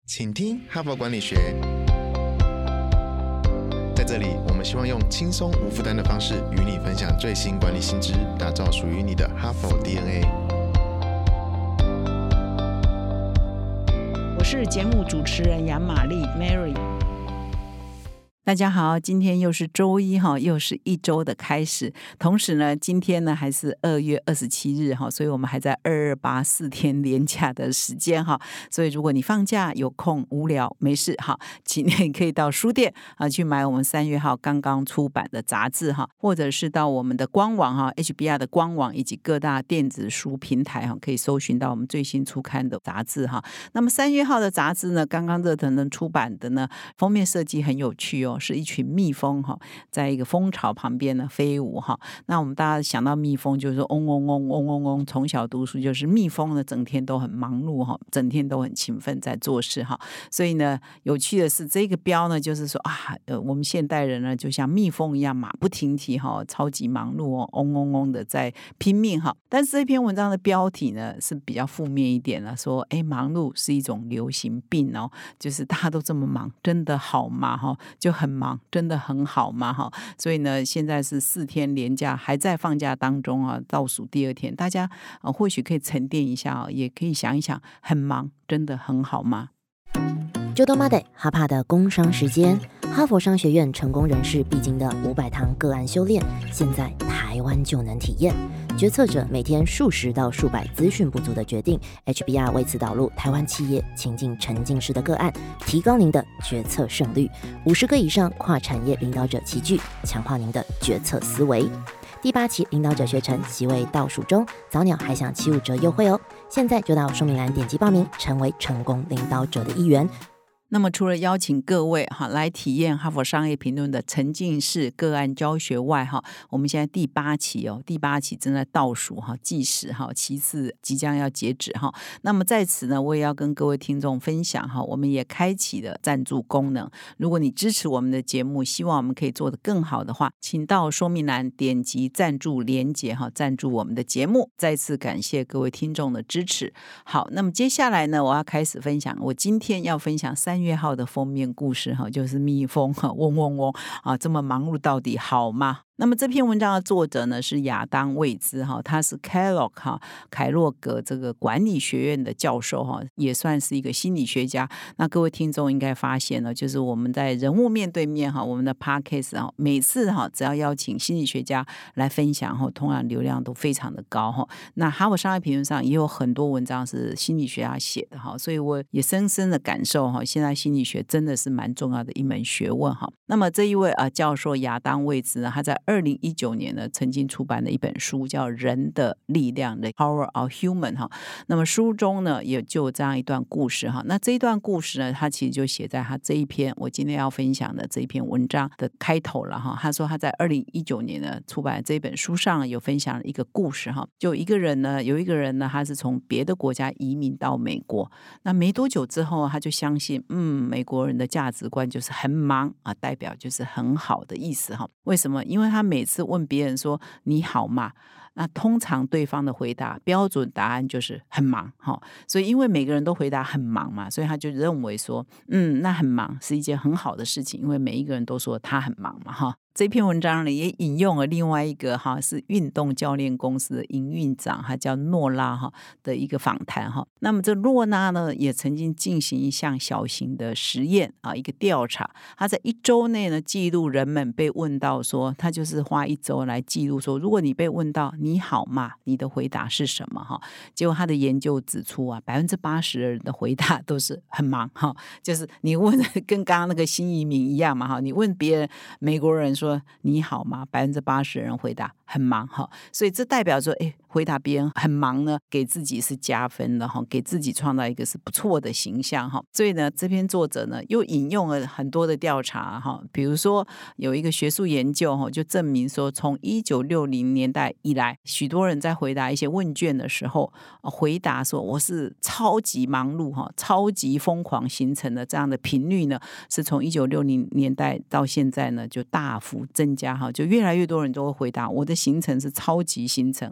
请听哈佛管理学。在这里，我们希望用轻松无负担的方式与你分享最新管理新知，打造属于你的哈佛 DNA。 我是节目主持人杨玛丽 Mary。大家好，今天又是周一，又是一周的开始。同时呢，今天呢还是2月27日，所以我们还在228 4天连假的时间。所以如果你放假有空无聊没事，今天可以到书店去买我们3月号刚刚出版的杂志，或者是到我们的官网HBR 的官网以及各大电子书平台可以搜寻到我们最新出刊的杂志。那么3月号的杂志呢，刚刚热腾腾出版的呢，封面设计很有趣哦，是一群蜜蜂在一个蜂巢旁边呢飞舞。那我们大家想到蜜蜂就是嗡嗡嗡嗡嗡嗡，从小读书就是蜜蜂呢整天都很忙碌，整天都很勤奋在做事。所以呢，有趣的是这个标呢，就是说我们现代人呢就像蜜蜂一样马不停蹄，超级忙碌哦，嗡嗡嗡的在拼命。但是这篇文章的标题呢是比较负面一点了，说忙碌是一种流行病哦，就是大家都这么忙，真的好吗？就很忙，真的很好吗？所以呢，现在是4天连假，还在放假当中倒数第2天，大家或许可以沉淀一下，也可以想一想，很忙，真的很好吗？ 就都妈得哈帕的工商时间，哈佛商学院成功人士必经的500堂个案修炼，现在台湾就能体验。决策者每天数十到数百资讯不足的决定 ，HBR 为此导入台湾企业情境沉浸式的个案，提高您的决策胜率。50个以上跨产业领导者齐聚，强化您的决策思维。第8期领导者学程席位倒数中，早鸟还享75折优惠哦！现在就到说明栏点击报名，成为成功领导者的一员。 那么除了邀请各位来体验哈佛商业评论的沉浸式个案教学外，我们现在第8期正在倒数计时，期次即将要截止。那么在此呢，我也要跟各位听众分享，我们也开启了赞助功能。如果你支持我们的节目，希望我们可以做得更好的话，请到说明栏点击赞助连结，赞助我们的节目。再次感谢各位听众的支持。好，那么接下来呢，我要开始分享，我今天要分享3月号的封面故事，就是蜜蜂嗡嗡嗡这么忙碌到底好吗？那么这篇文章的作者呢是亚当·魏兹，他是凯洛格这个管理学院的教授，也算是一个心理学家。那各位听众应该发现了，就是我们在人物面对面我们的 podcast 每次只要邀请心理学家来分享，通常流量都非常的高。那哈佛商业评论上也有很多文章是心理学家写的，所以我也深深的感受现在心理学真的是蛮重要的一门学问。那么这一位教授亚当·魏兹呢，他在2019年呢曾经出版了一本书叫《人的力量》的 Power of Human。 那么书中呢也就有这样一段故事。那这一段故事呢，他其实就写在他这一篇我今天要分享的这一篇文章的开头了。他说他在2019年呢出版的这本书上有分享了一个故事。就有一个人呢他是从别的国家移民到美国，那没多久之后他就相信美国人的价值观就是很忙代表就是很好的意思。为什么？因为他每次问别人说你好吗，那通常对方的回答标准答案就是很忙。所以因为每个人都回答很忙嘛，所以他就认为说那很忙是一件很好的事情，因为每一个人都说他很忙嘛。这篇文章呢也引用了另外一个是运动教练公司的营运长，他叫诺拉的一个访谈。那么这诺拉呢也曾经进行一项小型的实验一个调查，他在1周内呢记录人们被问到说，他就是花1周来记录说，如果你被问到你好吗，你的回答是什么。结果他的研究指出80%的人的回答都是很忙。就是你问跟刚刚那个新移民一样嘛，你问别人美国人说你好吗，80%人回答很忙。所以这代表说回答别人很忙呢，给自己是加分的，给自己创造一个是不错的形象。所以呢这篇作者呢又引用了很多的调查，比如说有一个学术研究就证明说，从1960年代以来，许多人在回答一些问卷的时候回答说我是超级忙碌超级疯狂形成的这样的频率呢，是从1960年代到现在呢就大幅增加。就越来越多人都会回答我的行程是超级行程超级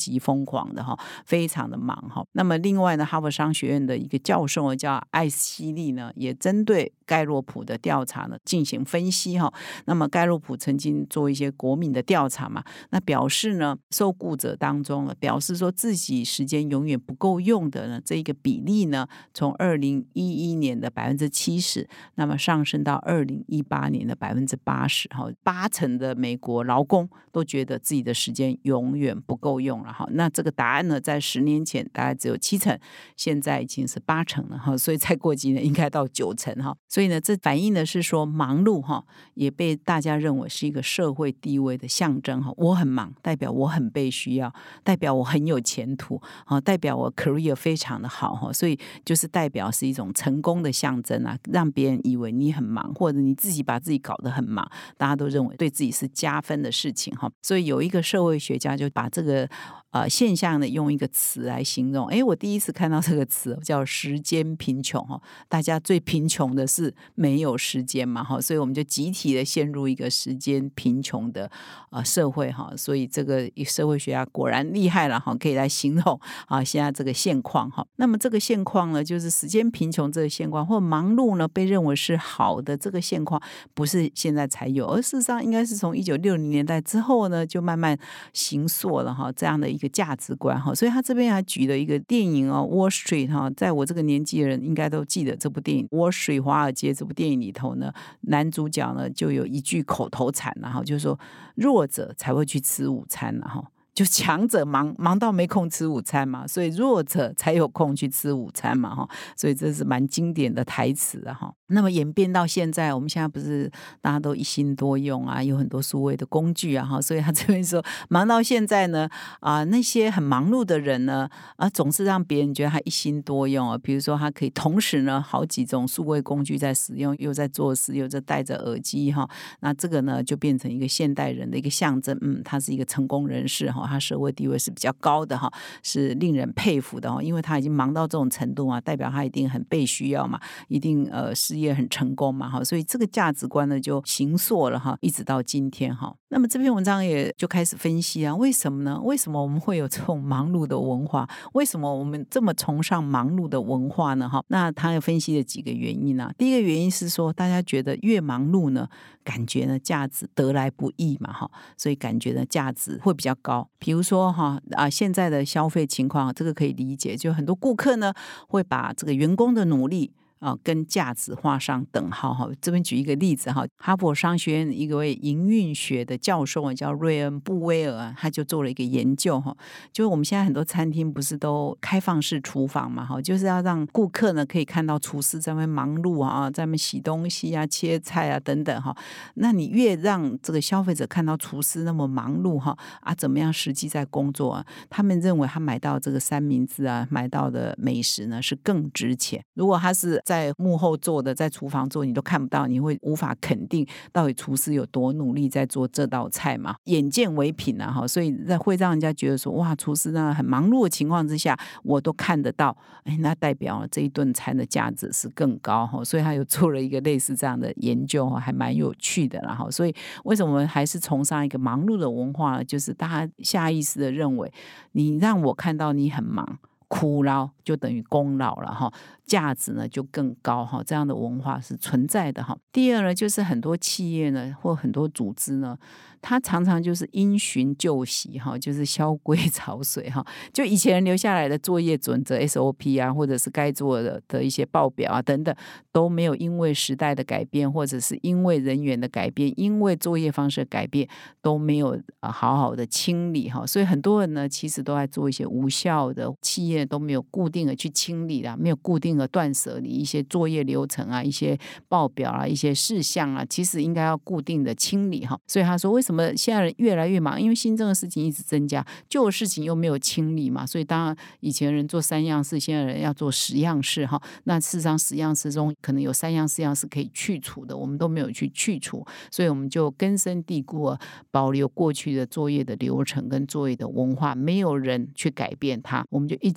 级疯狂的非常的忙那么另外呢，哈佛商学院的一个教授叫艾希利呢，也针对盖洛普的调查呢进行分析那么盖洛普曾经做一些国民的调查嘛，那表示呢，受雇者当中表示说自己时间永远不够用的呢，这一个比例呢，从2011年的70%，那么上升到2018年的80%，八成的美国劳工都觉得自己的时间永远不够用了那这个答案呢，在10年前大概只有7成，现在已经是8成了所以再过几年应该到9成所以呢，这反映的是说忙碌也被大家认为是一个社会地位的象征我很忙，代表我很被需要，代表我很有前途代表我 career 非常的好所以就是代表是一种成功的象征让别人以为你很忙，或者你自己把自己搞得很忙，大家都认为对自己是加分的事情所以有一个社会学家就把这个现象呢用一个词来形容，我第一次看到这个词叫时间贫穷大家最贫穷的是没有时间嘛所以我们就集体的陷入一个时间贫穷的社会所以这个社会学家果然厉害了可以来形容现在这个现况那么这个现况呢，就是时间贫穷这个现况，或忙碌呢被认为是好的这个现况，不是现在才有，而事实上应该是从1960年代之后呢就慢慢形塑了这样的一个价值观所以他这边还举了一个电影Wall Street 在我这个年纪的人应该都记得这部电影Wall Street 华尔街这部电影里头呢，男主角呢就有一句口头禅就是说弱者才会去吃午餐就强者忙到没空吃午餐嘛，所以弱者才有空去吃午餐嘛所以这是蛮经典的台词那么演变到现在，我们现在不是大家都一心多用有很多数位的工具所以他这边说忙到现在呢那些很忙碌的人呢总是让别人觉得他一心多用比如说他可以同时呢好几种数位工具在使用，又在做事，又在戴着耳机那这个呢就变成一个现代人的一个象征他是一个成功人士他社会地位是比较高的是令人佩服的因为他已经忙到这种程度代表他一定很被需要嘛，一定事业很成功嘛所以这个价值观呢就形塑了一直到今天那么这篇文章也就开始分析为什么呢？为什么我们会有这种忙碌的文化？为什么我们这么崇尚忙碌的文化呢那他又分析了几个原因第一个原因是说大家觉得越忙碌呢，感觉呢价值得来不易嘛所以感觉呢价值会比较高。比如说现在的消费情况，这个可以理解，就很多顾客呢会把这个员工的努力跟价值画上等号这边举一个例子哈佛商学院一位营运学的教授叫瑞恩布威尔他就做了一个研究就是我们现在很多餐厅不是都开放式厨房嘛就是要让顾客呢可以看到厨师在那边忙碌在那边洗东西切菜等等那你越让这个消费者看到厨师那么忙碌怎么样实际在工作他们认为他买到这个三明治买到的美食呢是更值钱。如果他是在幕后做的，在厨房做你都看不到，你会无法肯定到底厨师有多努力在做这道菜嘛，眼见为凭所以会让人家觉得说哇，厨师呢很忙碌的情况之下我都看得到那代表这一顿餐的价值是更高所以他有做了一个类似这样的研究还蛮有趣的啦所以为什么我们还是崇尚一个忙碌的文化呢？就是大家下意识的认为你让我看到你很忙，苦劳就等于功劳了价值呢就更高这样的文化是存在的第二呢，就是很多企业呢或很多组织呢，它常常就是因循旧习就是萧规曹随就以前人留下来的作业准则 SOP 或者是该做的一些报表等等，都没有因为时代的改变，或者是因为人员的改变，因为作业方式的改变，都没有好好的清理所以很多人呢其实都在做一些无效的，企业都没有固定的去清理没有固定的断舍离一些作业流程一些报表一些事项其实应该要固定的清理所以他说为什么现在人越来越忙，因为新增的事情一直增加，旧的事情又没有清理嘛，所以当然以前人做3样事，现在人要做10样事那事实上10样事中可能有3样4样是可以去除的，我们都没有去去除，所以我们就根深蒂固保留过去的作业的流程跟作业的文化，没有人去改变它，我们就一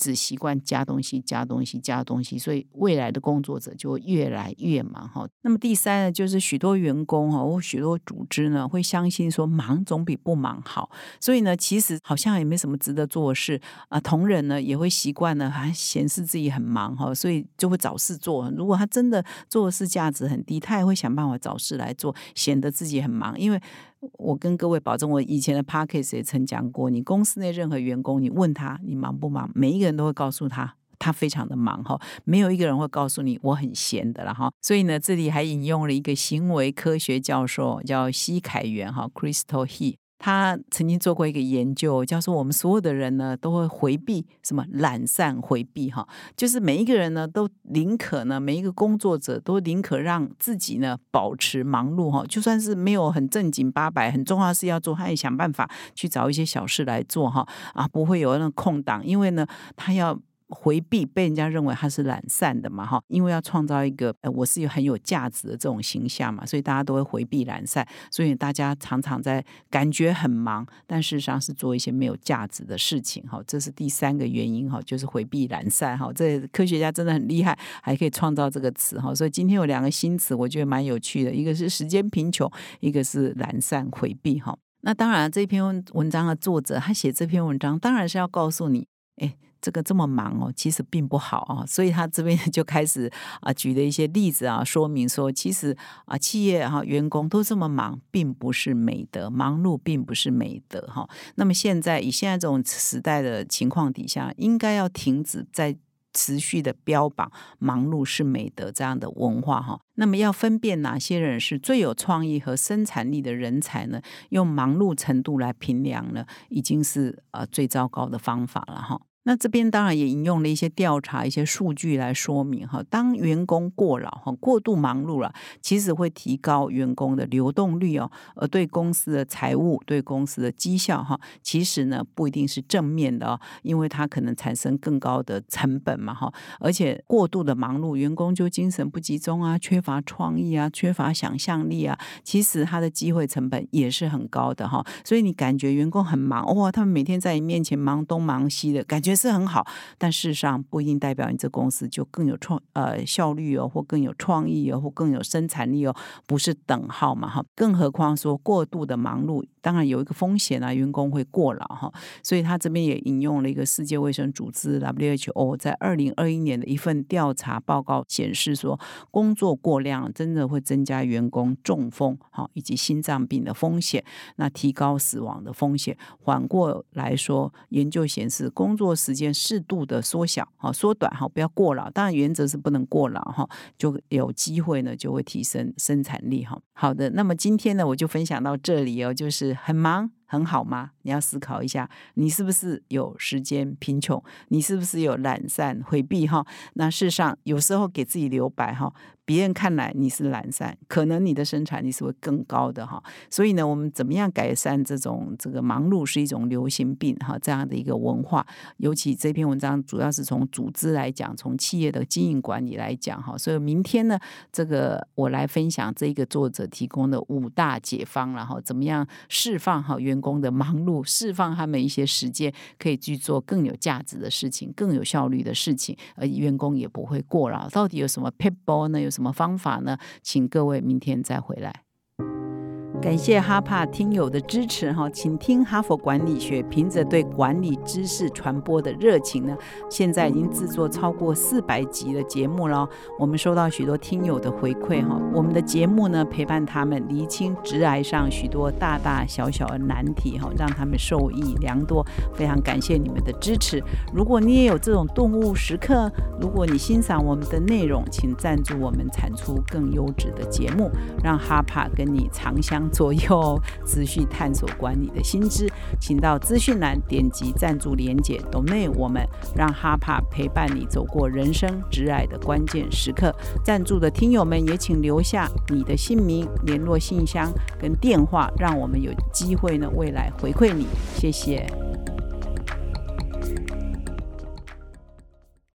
直习惯加东西，所以未来的工作者就会越来越忙。那么第三呢，就是许多员工或许多组织呢会相信说忙总比不忙好，所以呢其实好像也没什么值得做的事同仁呢也会习惯呢显示自己很忙所以就会找事做。如果他真的做的事价值很低，他也会想办法找事来做，显得自己很忙。因为我跟各位保证，我以前的 podcast 也曾讲过，你公司内任何员工，你问他你忙不忙，每一个人都会告诉他非常的忙没有一个人会告诉你我很闲的啦所以呢这里还引用了一个行为科学教授叫西凯元Crystal He，他曾经做过一个研究，叫做我们所有的人呢都会回避什么懒散回避就是每一个人呢都宁可呢，每一个工作者都宁可让自己呢保持忙碌就算是没有很正经八百很重要的事要做，他也想办法去找一些小事来做不会有那个空档，因为呢他要回避被人家认为他是懒散的嘛因为要创造一个我是很有价值的这种形象嘛，所以大家都会回避懒散，所以大家常常在感觉很忙，但事实上是做一些没有价值的事情这是第三个原因就是回避懒散这科学家真的很厉害，还可以创造这个词所以今天有两个新词我觉得蛮有趣的，一个是时间贫穷，一个是懒散回避那当然这篇文章的作者他写这篇文章当然是要告诉你这个这么忙其实并不好所以他这边就开始举了一些例子说明说其实企业员工都这么忙并不是美德，忙碌并不是美德那么以现在这种时代的情况底下，应该要停止在持续的标榜忙碌是美德这样的文化那么要分辨哪些人是最有创意和生产力的人才呢？用忙碌程度来评量呢，已经是最糟糕的方法了那这边当然也引用了一些调查一些数据来说明当员工过劳过度忙碌了，其实会提高员工的流动率而对公司的财务对公司的绩效其实呢不一定是正面的因为它可能产生更高的成本嘛而且过度的忙碌，员工就精神不集中缺乏创意缺乏想象力其实他的机会成本也是很高的所以你感觉员工很忙他们每天在你面前忙东忙西的，感觉是很好，但事实上不一定代表你这公司就更有效率或更有创意或更有生产力不是等号嘛更何况说过度的忙碌当然有一个风险员工会过劳所以他这边也引用了一个世界卫生组织 WHO 在2021年的一份调查报告显示说，工作过量真的会增加员工中风以及心脏病的风险，那提高死亡的风险。反过来说，研究显示工作时间适度的缩短不要过劳，当然原则是不能过劳就有机会呢就会提升生产力好的，那么今天呢我就分享到这里就是很忙很好吗？你要思考一下，你是不是有时间贫穷，你是不是有懒散回避那事实上有时候给自己留白别人看来你是懒散，可能你的生产力是会更高的所以呢我们怎么样改善这个忙碌是一种流行病这样的一个文化。尤其这篇文章主要是从组织来讲，从企业的经营管理来讲所以明天呢我来分享这个作者提供的5大解方怎么样释放员工的忙碌，释放他们一些时间可以去做更有价值的事情，更有效率的事情，而员工也不会过劳。到底有什么撇步呢？有什么方法呢？请各位明天再回来。感谢哈帕听友的支持请听哈佛管理学凭着对管理知识传播的热情呢，现在已经制作超过400集的节目了我们收到许多听友的回馈我们的节目呢陪伴他们厘清职涯上许多大大小小的难题让他们受益良多，非常感谢你们的支持。如果你也有这种顿悟时刻，如果你欣赏我们的内容，请赞助我们产出更优质的节目，让哈帕跟你长相左右，持续探索管理的新知。请到资讯栏点击赞助连结，donate我们，让哈帕陪伴你走过人生职涯的关键时刻。赞助的听友们也请留下你的姓名、联络信箱跟电话，让我们有机会呢未来回馈你。谢谢。